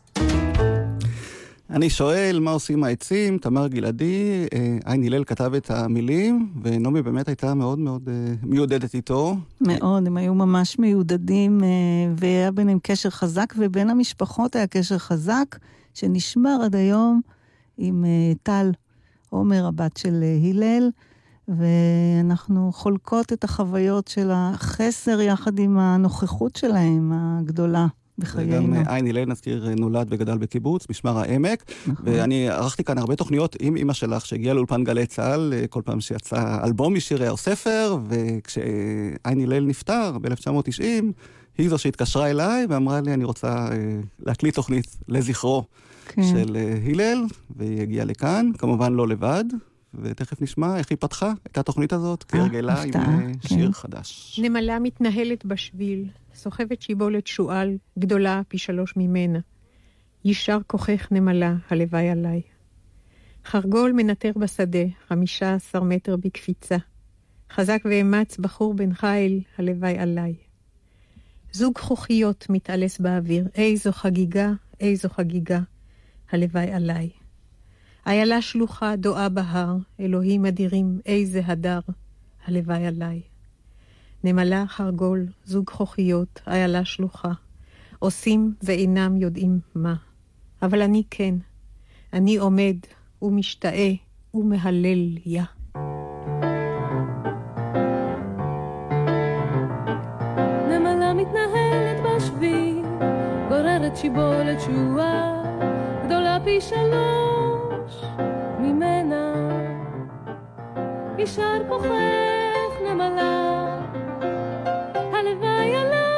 אני שואל, מה עושים העצים? תמר גלעדי, עין הלל כתב את המילים, ונעמי באמת הייתה מאוד מאוד מיודדת איתו. מאוד, הם היו ממש מיודדים, והיה ביניהם קשר חזק, ובין המשפחות היה קשר חזק, שנשמר עד היום עם טל עומר, הבת של הלל, ואנחנו חולקות את החוויות של החסר יחד עם הנוכחות שלהם הגדולה. וגם עין הלל, נזכיר, נולד וגדל בקיבוץ, משמר העמק, ואני ערכתי כאן הרבה תוכניות עם אמא שלך, שהגיעה לאולפן גלי צהל, כל פעם שיצא אלבום משיריה או ספר, וכשעין הלל נפטר ב-1990, היא זו שהתקשרה אליי, ואמרה לי, אני רוצה להקליט תוכנית לזכרו של הלל, והיא הגיעה לכאן, כמובן לא לבד, ותכף נשמע איך היא פתחה את התוכנית הזאת, כהרגלה עם שיר חדש. נמלה מתנהלת בשביל, סוחבת שיבולת שואל, גדולה פי 3 ממנה. ישר כוחך נמלה, הלוואי עליי. חרגול מנטר בשדה, 15 מטר בקפיצה. חזק ואמץ בחור בן חיל, הלוואי עליי. זוג חוכיות מתעלס באוויר, איזו חגיגה, איזו חגיגה, הלוואי עליי. איילה שלוחה דואה בהר, אלוהים אדירים, איזה הדר, הלוואי עליי. נמלה, חרגול, זוג חוכיות, איילה שלוחה, עושים ואינם יודעים מה. אבל אני כן, אני עומד ומשתאה ומהלל יה. מתנהלת בשביל, גוררת שיבולת שועה, גדולה פי 3 ממנה. ישר כוחך נמלה, הלוואי עליי.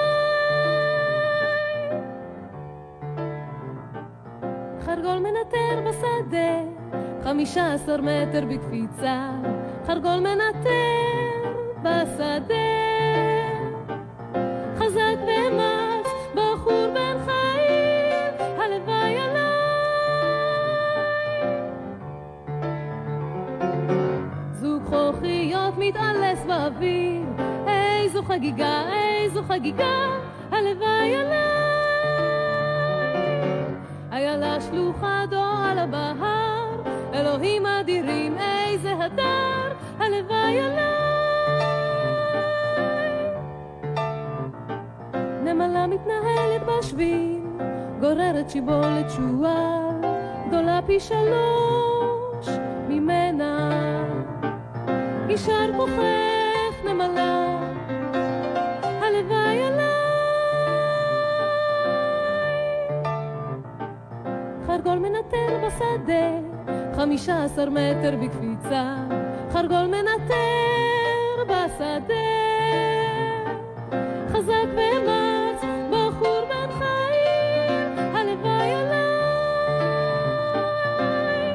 חרגול מנטר בשדה, 15 מטר בקפיצה, חרגול מנטר בשדה. חזק ואמץ, בחור בן חיים, הלוואי עליי. זוג חוכיות מתעלס באוויר, איזו חגיגה, איזו חגיגה, הלוואי עליי. איילה שלוחה דו על הבהר, אלוהים אדירים, איזה הדר, הלוואי עליי. נמלה מתנהלת בשביל, גוררת שיבולת שועל, גדולה פי 3 ממנה. ישר כוחך נמלה, הלוואי עליי. חרגול מנטר בשדה, 15 מטר בקפיצה, חרגול מנטר בשדה. חזק ואמץ, בחור בן חיים, הלוואי עליי.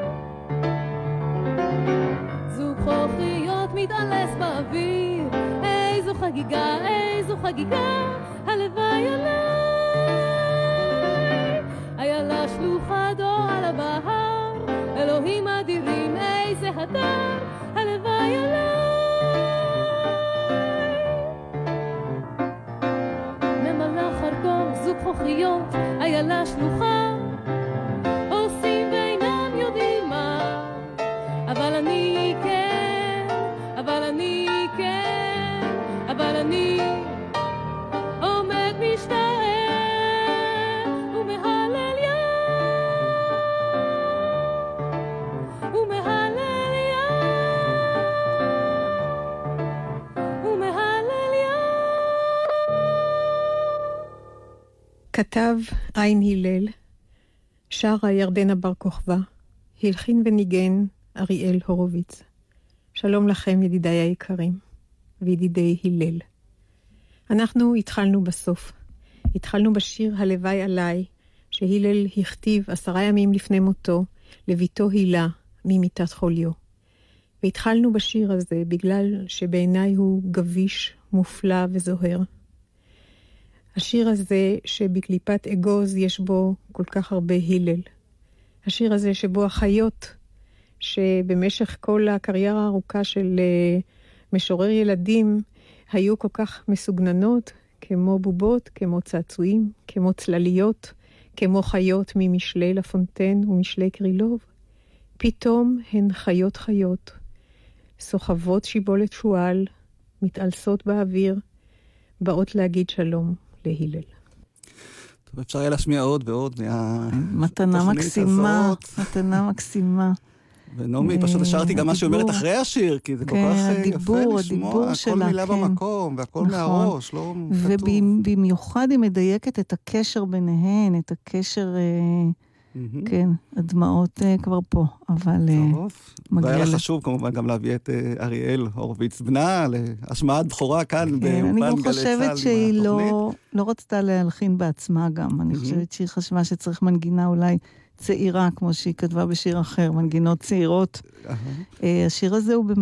זוג חוכיות מתעלס באוויר, איזו חגיגה, איזו חגיגה, הלוואי עליי. איילה שלוחה דו על הבהר, אלוהים אדירים, איזה הדר, הלוואי עליי. נמלה חרגול, זוג חוכיות, איילה שלוחה, עושים ואינם יודעים מה, אבל אני כן, אבל אני כן, אבל אני עומד משתאה ומהלל יא, ומהלל יא, ומהלל יא. כתב עין הלל, שרה ירדנה בר כוכבא, הלחין וניגן אריאל הורוביץ. שלום לכם ידידיי היקרים וידידי הלל. אנחנו התחלנו בסוף. התחלנו בשיר הלוואי עליי, שהלל הכתיב 10 ימים לפני מותו לביתו הילה ממיטת חוליו. והתחלנו בשיר הזה בגלל שבעיניי הוא גביש, מופלא וזוהר. השיר הזה שבקליפת אגוז יש בו כל כך הרבה הלל. השיר הזה שבו החיות שבמשך כל הקריירה הארוכה של משורר ילדים היו כל כך מסוגננות, כמו בובות, כמו צעצועים, כמו צלליות, כמו חיות ממשלי לפונטן ומשלי קרילוב. פתאום הן חיות חיות, סוחבות שיבולת שועל, מתעלסות באוויר, באות להגיד שלום להלל. טוב, אפשר היה להשמיע עוד ועוד מתנה מקסימה, מתנה מקסימה. ונעמי, פשוט השארתי גם מה שאומרת אחרי השיר, כי זה כל כך יפה לשמוע, כל מילה במקום, והכל מהראש, לא כתוב. ובמיוחד היא מדייקת את הקשר ביניהן, את הקשר, כן, הדמעות כבר פה, אבל מגיע והיה לה חשוב כמובן גם להביא את אריאל הורוביץ בנה, להשמעת בכורה כאן באולפן גלי צה"ל. אני גם חושבת שהיא לא רצתה להלחין בעצמה גם, אני חושבת שהיא חשבה שצריך מנגינה אולי צעירה, כמו שהיא כתבה בשיר אחר, מנגינות צעירות. השיר הזה הוא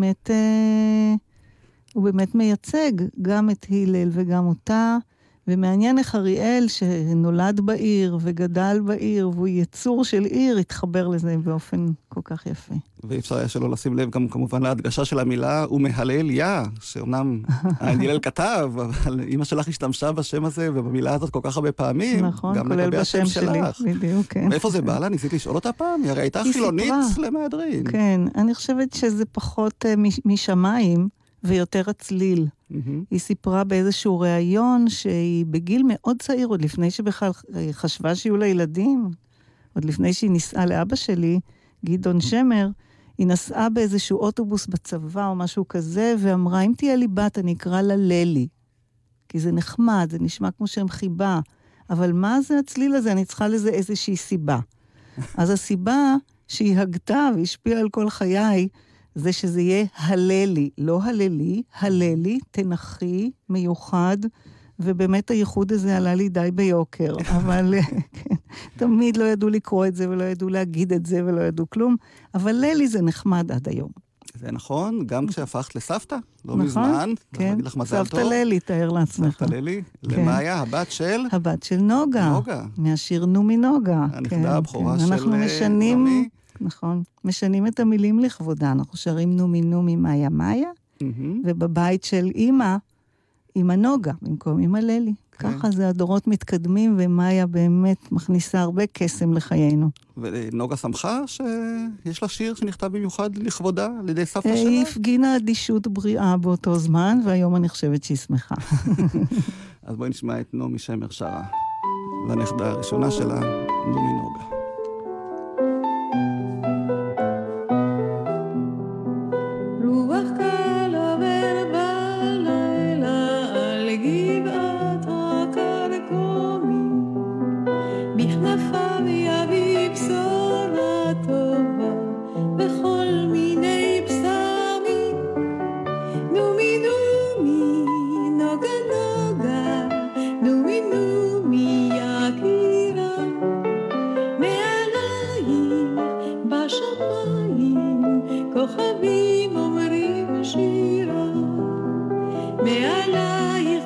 באמת מייצג גם את הלל וגם אותה, ומעניין איך אריאל שנולד בעיר וגדל בעיר, והוא יצור של עיר, התחבר לזה באופן כל כך יפה. ואי אפשר היה שלא לשים לב גם כמובן להדגשה של המילה, ומהלל יא, שאומנם הלל כתב, אבל אמא שלך השתמשה בשם הזה, ובמילה הזאת כל כך הרבה פעמים, נכון, גם כולל לגבי השם שלך. בדיוק, כן. מאיפה זה בא לה? ניסית לשאול אותה פעם? היא הרי הייתה חילונית למהדרין. כן, אני חושבת שזה פחות משמיים, ויותר הצליל. היא סיפרה באיזשהו ראיון שהיא בגיל מאוד צעיר, עוד לפני שבכלל חשבה שיהיו לה ילדים, עוד לפני שהיא נישאה לאבא שלי, גדעון שמר, היא נסעה באיזשהו אוטובוס בצבא או משהו כזה, ואמרה, אם תהיה לי בת, אני אקרא לה ללי. כי זה נחמד, זה נשמע כמו שם חיבה, אבל מה זה הצליל הזה? אני צריכה לזה איזושהי סיבה. אז הסיבה שהיא הגתה והשפיעה על כל חיי, זה שזה יהיה הללי, לא הללי, הללי, תנחי, מיוחד, ובאמת הייחוד הזה עלה לי די ביוקר, אבל כן, תמיד לא ידעו לקרוא את זה, ולא ידעו להגיד את זה, ולא ידעו כלום, אבל לילי זה נחמד עד היום. זה נכון, גם כשהפכת לסבתא, לא נכון, מזמן. כן, לך מזל סבתא לילי, תאר לעצמך. סבתא לילי, למאיה, הבת של? הבת של נוגה. נוגה. מהשיר נומי נוגה. הנכדה הבכורה של אנחנו משנים, נומי. נכון, משנים את המילים לכבודה, אנחנו שרים נומי נומי מאיה מאיה, ובבית של אמא, אמא נוגה, במקום אמא לילי. ככה זה הדורות מתקדמים, ומאיה באמת מכניסה הרבה קסם לחיינו. ונוגה שמחה שיש לה שיר שנכתב במיוחד לכבודה על ידי סבתא שלה? היא הפגינה אדישות בריאה באותו זמן, והיום אני חושבת שהיא שמחה. אז בואי נשמע את נעמי שמר שרה, לנכדה הראשונה שלה, נעמי נוגה. רוח קל עובר בלילה על גבעת הכרכומים, בכנפיו יביא בשורה טובה בכל מיני בשמים. נומי נומי נוגה נוגה, נומי נומי יקירה, מעלייך בשמיים כוכבים אומרים שירה, מעלייך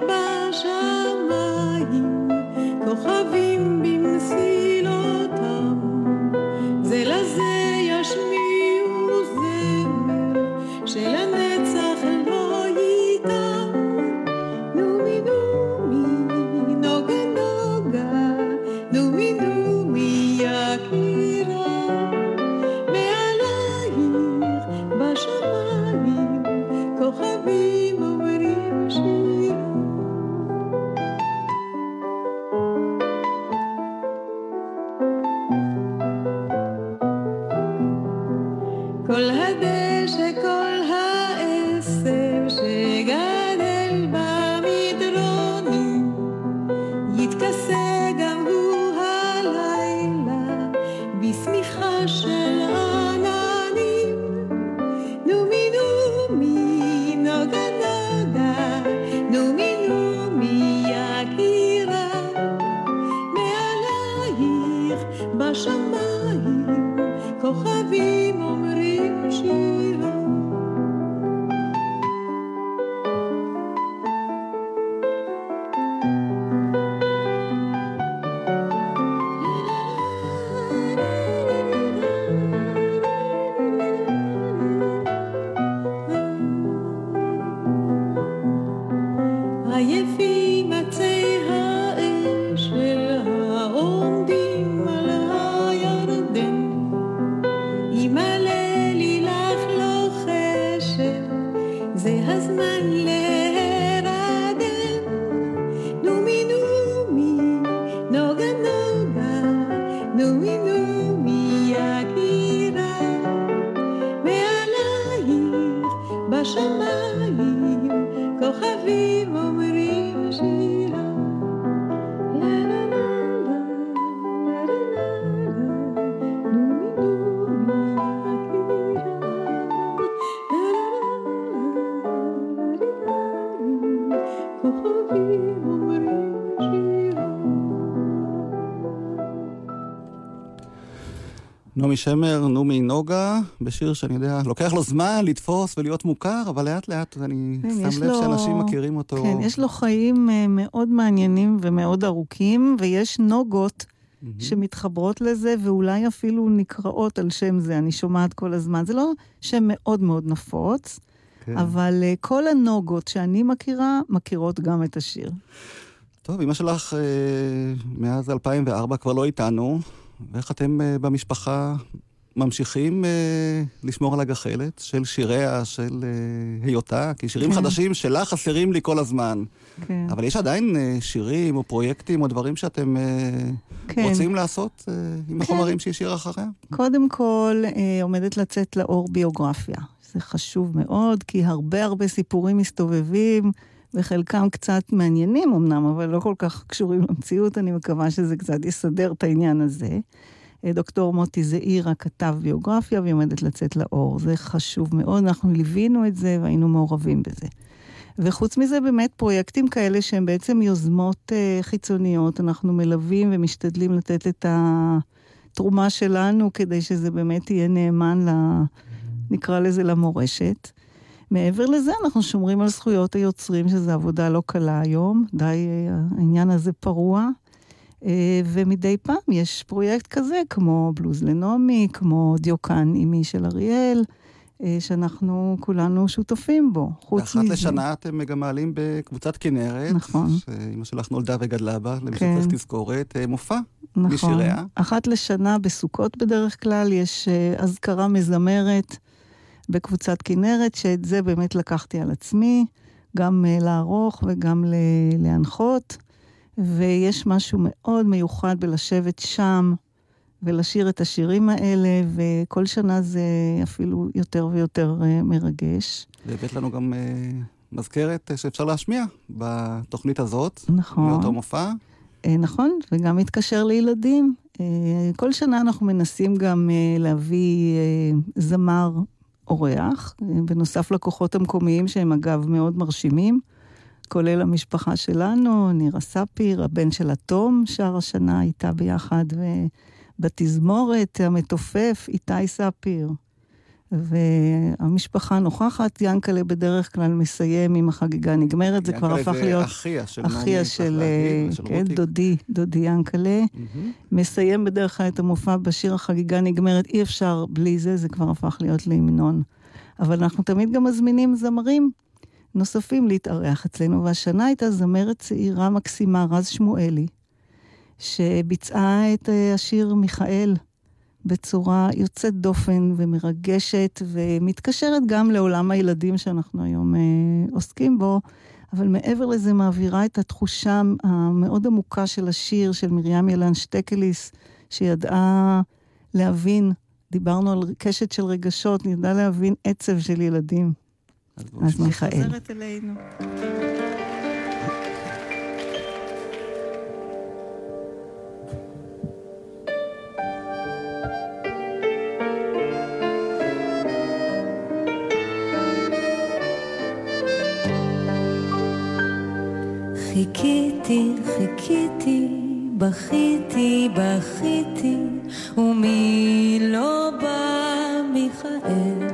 בשמיים כוכבים במסילותם, זה לזה ישמיעו זמר שלנצח לא ייתם. נומי נומי נוגה נוגה, נומי נומי יקירה, מעלייך בשמיים כוכבים אומרים שירה. כל הדשא, כל העשב שגדל במדרונים, יתכסה גם הוא הלילה בשמיכה של עננים. נומי נומי נוגה נוגה, נומי נומי יקירה, מעלייך בשמיים כוכבים אומרים שירה. עייפים עצי האשל העומדים על הירדן, ימלא לי לך לא חשב, זה הזמן להירדם. נומי נומי נוגה נוגה, נומי נומי יקירה, מעלייך בשמיים כוכבים אומרים שירה. לה לה לה לה לה לה לה, נומי נומי יקירה, לה לה לה לה לה, כוכבים אומרים שירה. נעמי שמר, נעמי נוגה, בשיר שאני יודע, לוקח לו זמן לתפוס ולהיות מוכר, אבל לאט לאט אני שם לב שאנשים מכירים אותו. כן, יש לו חיים מאוד מעניינים ומאוד ארוכים, ויש נוגות שמתחברות לזה, ואולי אפילו נקראות על שם זה, אני שומעת כל הזמן. זה לא שם מאוד מאוד נפוץ, אבל כל הנוגות שאני מכירה, מכירות גם את השיר. טוב, אמא שלך מאז 2004 כבר לא איתנו, ואיך אתם במשפחה ממשיכים לשמור על הגחלת של שיריה, של היותה? כי שירים חדשים שלה חסרים לי כל הזמן. אבל יש עדיין שירים או פרויקטים או דברים שאתם רוצים לעשות עם החומרים שהשאיר אחריה? קודם כל, עומדת לצאת לאור ביוגרפיה. זה חשוב מאוד, כי הרבה סיפורים מסתובבים, וחלקם קצת מעניינים אמנם, אבל לא כל כך קשורים למציאות, אני מקווה שזה קצת יסדר את העניין הזה. דוקטור מוטי זעירה כתב ביוגרפיה, והיא עומדת לצאת לאור. זה חשוב מאוד, אנחנו ליווינו את זה והיינו מעורבים בזה. וחוץ מזה באמת פרויקטים כאלה שהם בעצם יוזמות חיצוניות, אנחנו מלווים ומשתדלים לתת את התרומה שלנו, כדי שזה באמת יהיה נאמן, נקרא לזה למורשת. מעבר לזה אנחנו שומרים על זכויות היוצרים, שזו עבודה לא קלה היום, די העניין הזה פרוע, ומדי פעם יש פרויקט כזה, כמו בלוז לנעמי, כמו דיוקן אימי של אריאל, שאנחנו כולנו שותפים בו. ואחת לשנה אתם גם מעלים בקבוצת כנרת, נכון. שאמא שלך נולדה וגדלה בה, למי שצריך תזכורת, מופע נכון. משיריה. אחת לשנה בסוכות בדרך כלל יש אזכרה מזמרת בקבוצת כנרת, שאת זה באמת לקחתי על עצמי, גם לערוך וגם להנחות, ויש משהו מאוד מיוחד בלשבת שם, ולשיר את השירים האלה, וכל שנה זה אפילו יותר ויותר מרגש. והבאת לנו גם מזכרת שאפשר להשמיע בתוכנית הזאת. נכון. מאותו מופע. נכון, וגם מתקשר לילדים. כל שנה אנחנו מנסים גם להביא זמר אורח, בנוסף לכוחות המקומיים שהם אגב מאוד מרשימים, כולל המשפחה שלנו, נירה ספיר, הבן של התום, שר השנה איתה ביחד, ובתזמורת המתופף איתי ספיר. והמשפחה נוכחת, ינקלה בדרך כלל מסיים עם החגיגה נגמרת, זה כבר הפך להיות אחיה של דודי ינקלה, מסיים בדרך כלל את המופע בשיר החגיגה נגמרת, אי אפשר בלי זה, זה כבר הפך להיות להמנון. אבל אנחנו תמיד גם מזמינים זמרים נוספים להתארח אצלנו, והשנה הייתה זמרת צעירה מקסימה, רז שמואלי, שביצעה את השיר מיכאל, בצורה יוצאת דופן ומרגשת, ומתקשרת גם לעולם הילדים שאנחנו היום עוסקים בו, אבל מעבר לזה מעבירה את התחושה המאוד עמוקה של השיר של מרים ילן שטקליס, שידעה להבין, דיברנו על קשת של רגשות, ידעה להבין עצב של ילדים. אז מיכאל. חוזרת אלינו. חיכיתי, חיכיתי, בכיתי, בכיתי, ומי לא בא מיכאל.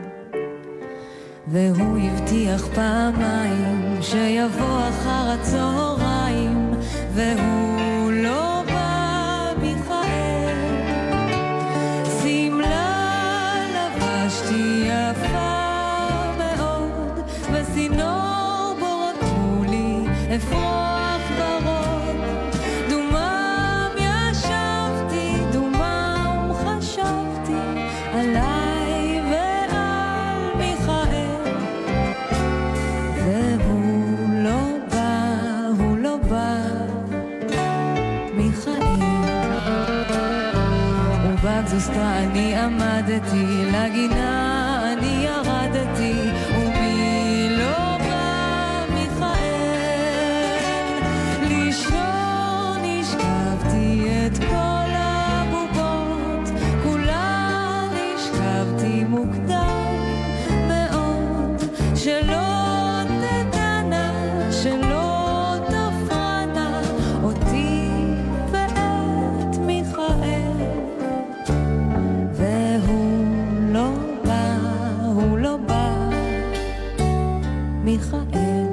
והוא הבטיח פעמיים שיבוא אחר הצהריים, והוא לא בא מיכאל. סמלה לבשתי יפה מאוד, וסינור בו רקמו לי אפרוח ורוד, דומם ישבתי, דומם חשבתי עליי ועל מיכאל. והוא לא בא, הוא לא בא, מיכאל. ובגזוסטה אני עמדתי, לגינה אני ירדתי, ומי לא בא מיכאל. לישון השכבתי את כל הבובות, כולן השכבתי מוקדם מאוד, שלא תדענה, שלא תפרנה אותי ואת מיכאל. והוא לא בא, הוא לא בא, מיכאל.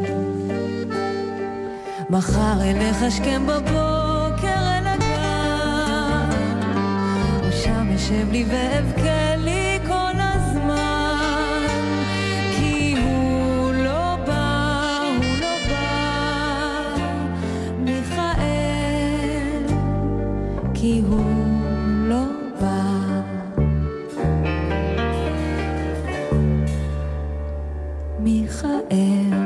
מחר אלך השכם בבוקר אל הגן, ושם ישב לי ואבכה לי כל הזמן, כי הוא לא בא, הוא לא בא, מיכאל, כי הוא לא בא, מיכאל.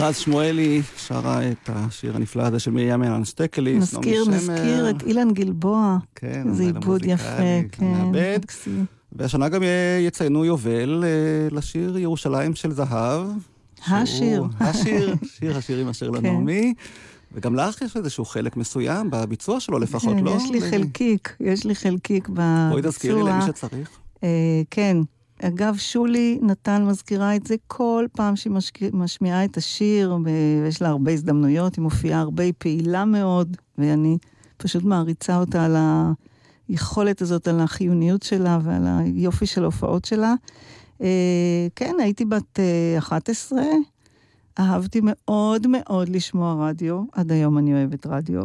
רז שמואלי שרה את השיר הנפלא הזה של מרים אלן שטקליס. נזכיר את אילן גלבוע. כן, זה עיבוד יפה, כן. והשנה גם יציינו יובל לשיר ירושלים של זהב. השיר. שיר השירים אשר לנעמי. וגם לך יש איזשהו חלק מסוים בביצוע שלו לפחות, לא? יש לי חלקיק בביצוע. בואי תזכירי למי שצריך. כן. אגב, שולי נתן מזכירה את זה כל פעם שהיא משמיעה את השיר, ויש לה הרבה הזדמנויות, היא מופיעה הרבה, היא פעילה מאוד, ואני פשוט מעריצה אותה על היכולת הזאת, על החיוניות שלה ועל היופי של ההופעות שלה. כן, הייתי בת 11, אהבתי מאוד מאוד לשמוע רדיו, עד היום אני אוהבת רדיו,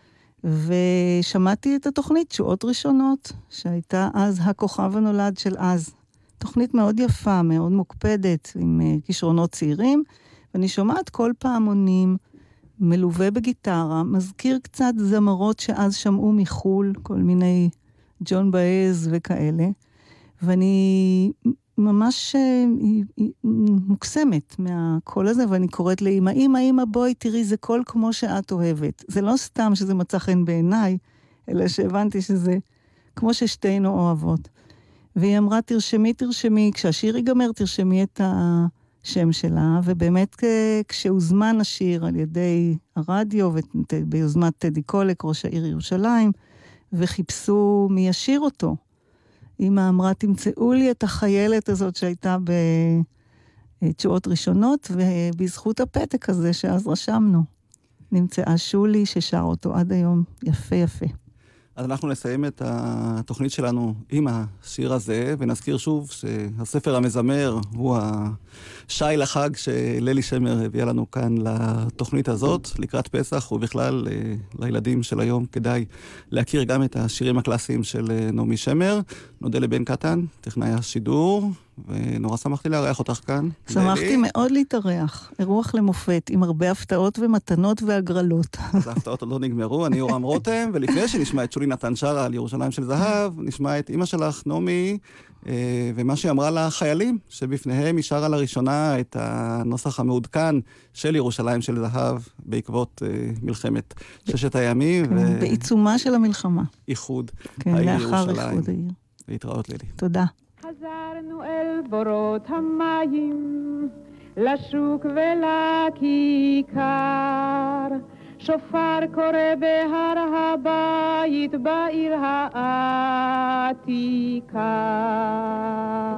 ושמעתי את התוכנית תשועות ראשונות, שהייתה אז הכוכב הנולד של אז. תוכנית מאוד יפה, מאוד מוקפדת, עם כישרונות צעירים, ואני שומעת כל פעמונים, מלווה בגיטרה, מזכיר קצת זמרות שאז שמעו מחול, כל מיני ג'ון באז וכאלה, ואני ממש מוקסמת מהקול הזה, ואני קוראת לאמא, אמא בואי תראי, זה קול כמו שאת אוהבת. זה לא סתם שזה מצא חן בעיניי, אלא שהבנתי שזה כמו ששתינו אוהבות. והיא אמרה, תרשמי, כשהשיר ייגמר, תרשמי את השם שלה, ובאמת כשהוזמן השיר על ידי הרדיו, וביוזמת טדי קולק, ראש העיר ירושלים, וחיפשו מי ישיר אותו. אמא אמרה, תמצאו לי את החיילת הזאת שהייתה בתשועות ראשונות, ובזכות הפתק הזה שאז רשמנו, נמצאה שולי ששר אותו עד היום יפה יפה. אז אנחנו נסיים את התוכנית שלנו עם השיר הזה, ונזכיר שוב שהספר המזמר הוא השי לחג שללי שמר הביאה לנו כאן לתוכנית הזאת, לקראת פסח, ובכלל לילדים של היום כדאי להכיר גם את השירים הקלאסיים של נעמי שמר. נודה לבן קטן, טכנאי השידור, ונורא שמחתי לארח אותך כאן. שמחתי מאוד להתארח, אירוח למופת, עם הרבה הפתעות ומתנות והגרלות. אז ההפתעות עוד לא נגמרו, אני יורם רותם, ולפני שנשמע את שולי נתן שרה על ירושלים של זהב, נשמע את אמא שלך, נעמי, ומה שהיא אמרה לחיילים, שבפניהם היא שרה לראשונה את הנוסח המעודכן של ירושלים של זהב, בעקבות מלחמת ששת הימים. בעיצומה של המלחמה. איחוד העיר ירושלים. להתראות לילי. תודה. חזרנו אל בורות המים, לשוק ולכיכר, שופר קורא בהר הבית בעיר העתיקה.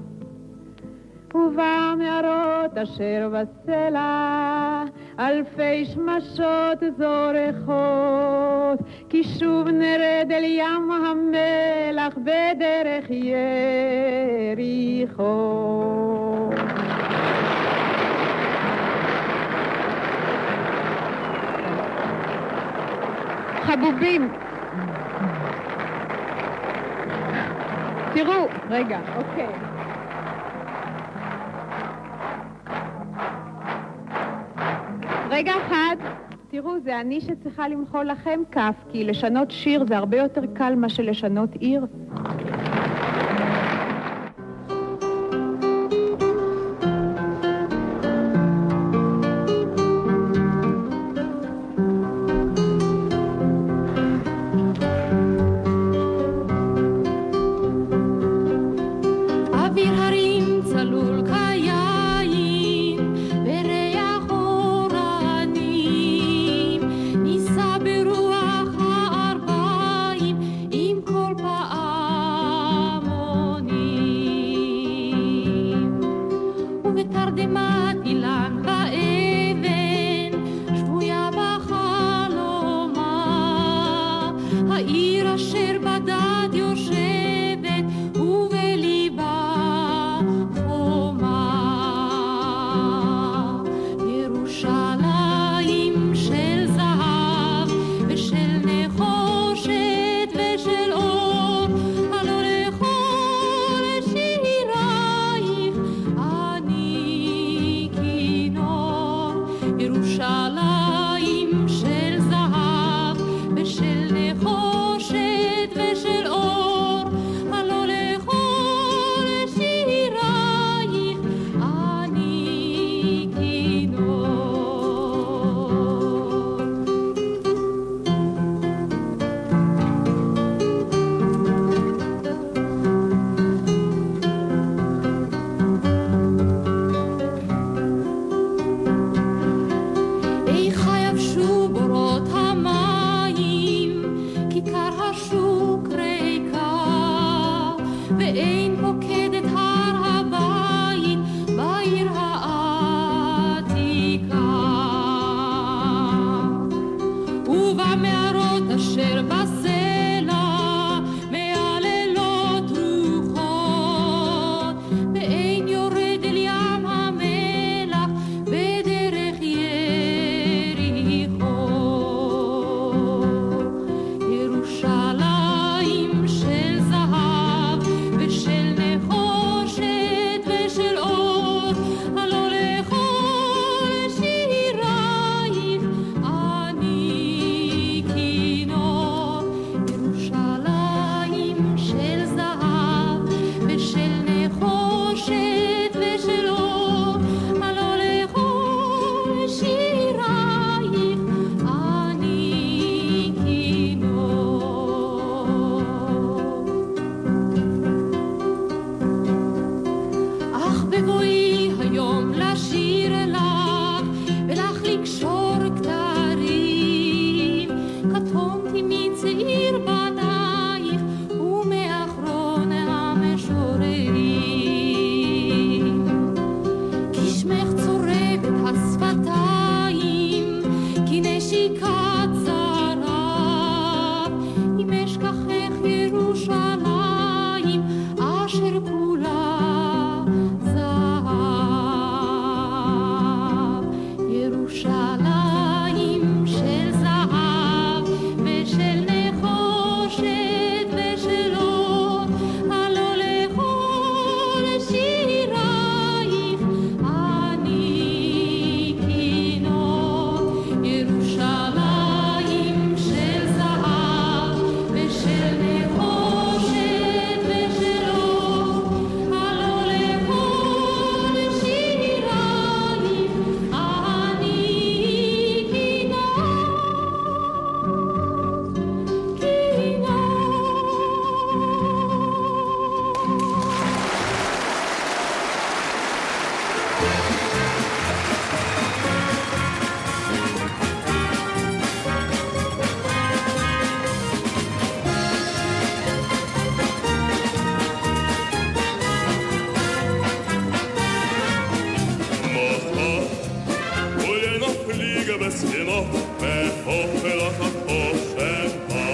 ובמערות אשר בסלע אלפי שמשות זורחות, כי שוב נרד אל ים המלח בדרך יריחו. חבובים, תראו, רגע, אוקיי. רגע אחד, תראו, זה אני שצריכה למחוא לכם כף, כי לשנות שיר זה הרבה יותר קל מה שלשנות עיר. ניסה ברוח הערביים עם כל פעם אשר בסלע מעללות רוחות, ואין יורד אל ים המלח בדרך יריחו. ירושלים של זהב ושל נחושת ושל אור, הלא לכל שירייך אני כינור. ירושלים של זהב ושל נחושת ושל אור, הלא לכל שירייך אני כינור. אך בבואי היום לשיר לך ולך לקשור כתרים, קטונתי מצעיר בנייך ומאחרון המשוררים. כי שמך צורבת השפתיים, כי נשיקת זרב, אם אשכחך ירושלים אשר כולה זהב. ירושלים של זהב ושל נחושת ושל אור, הלא לכל שירייך אני כינור. ירושלים של זהב ושל נחושת ושל אור, הלא לכל שירייך אני בספינות וחופלות החושבה,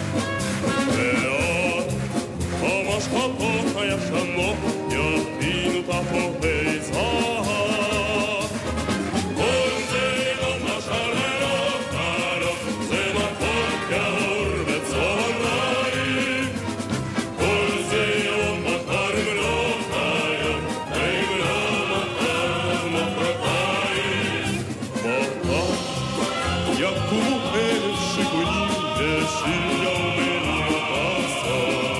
ועוד המשחטות הישנות יפינו תפוחי זהב. כל זה לא משל ולא חלום, זה נכון כאור בצהריים. כל זה לא מחר ולא היום, אם לא מחר מחרתיים. יקומו אלף שיגולים ושיר יומנו פסה,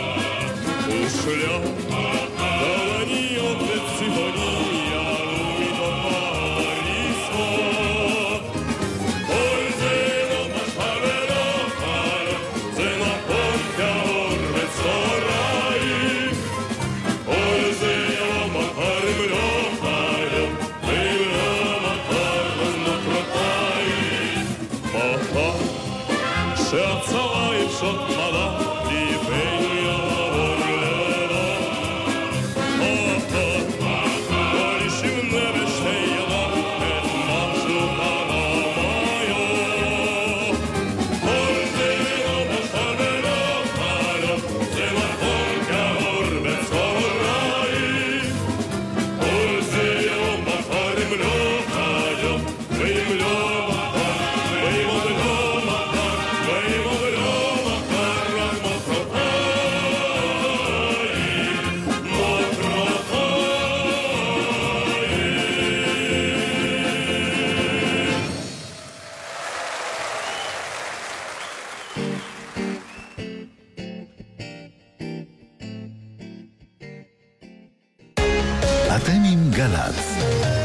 ושלח דלניות וציפורים יעלו מתוך ההריסות. כל זה לא משל ולא חלום, זה נכון כאור בצהריים. כל זה לא מחר ולא היום, אם לא מחר מחרתיים. שהצרה יפשוט מלא ליבנו יעבור לידה. כל אישים נבש הידה את משהו חלמיו. כל זה לא משל ולא חלום, זה נכון כאור בצהריים. כל זה לא מחר אם לא היום, ואם לא מחר, ואם עוד לא מחר, ואם עוד לא מחר, רק מחרתיים, מחרתיים. אתם עם גל"צ.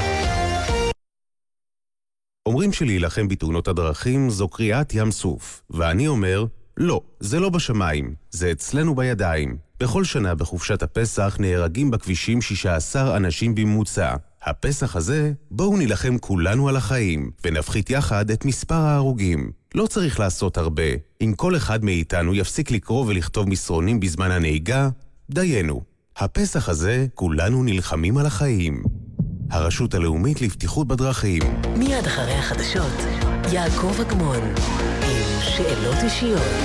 אומרים שלהילחם בתאונות הדרכים זו קריאת ים סוף, ואני אומר, לא, זה לא בשמיים, זה אצלנו בידיים. בכל שנה בחופשת הפסח נהרגים בכבישים 16 אנשים בממוצע. הפסח הזה, בואו נילחם כולנו על החיים, ונפחית יחד את מספר ההרוגים. לא צריך לעשות הרבה. אם כל אחד מאיתנו יפסיק לקרוא ולכתוב מסרונים בזמן הנהיגה, דיינו. הפסח הזה, כולנו נלחמים על החיים. הרשות הלאומית לבטיחות בדרכים. מיד אחרי החדשות, יעקב אגמון עם שאלות אישיות.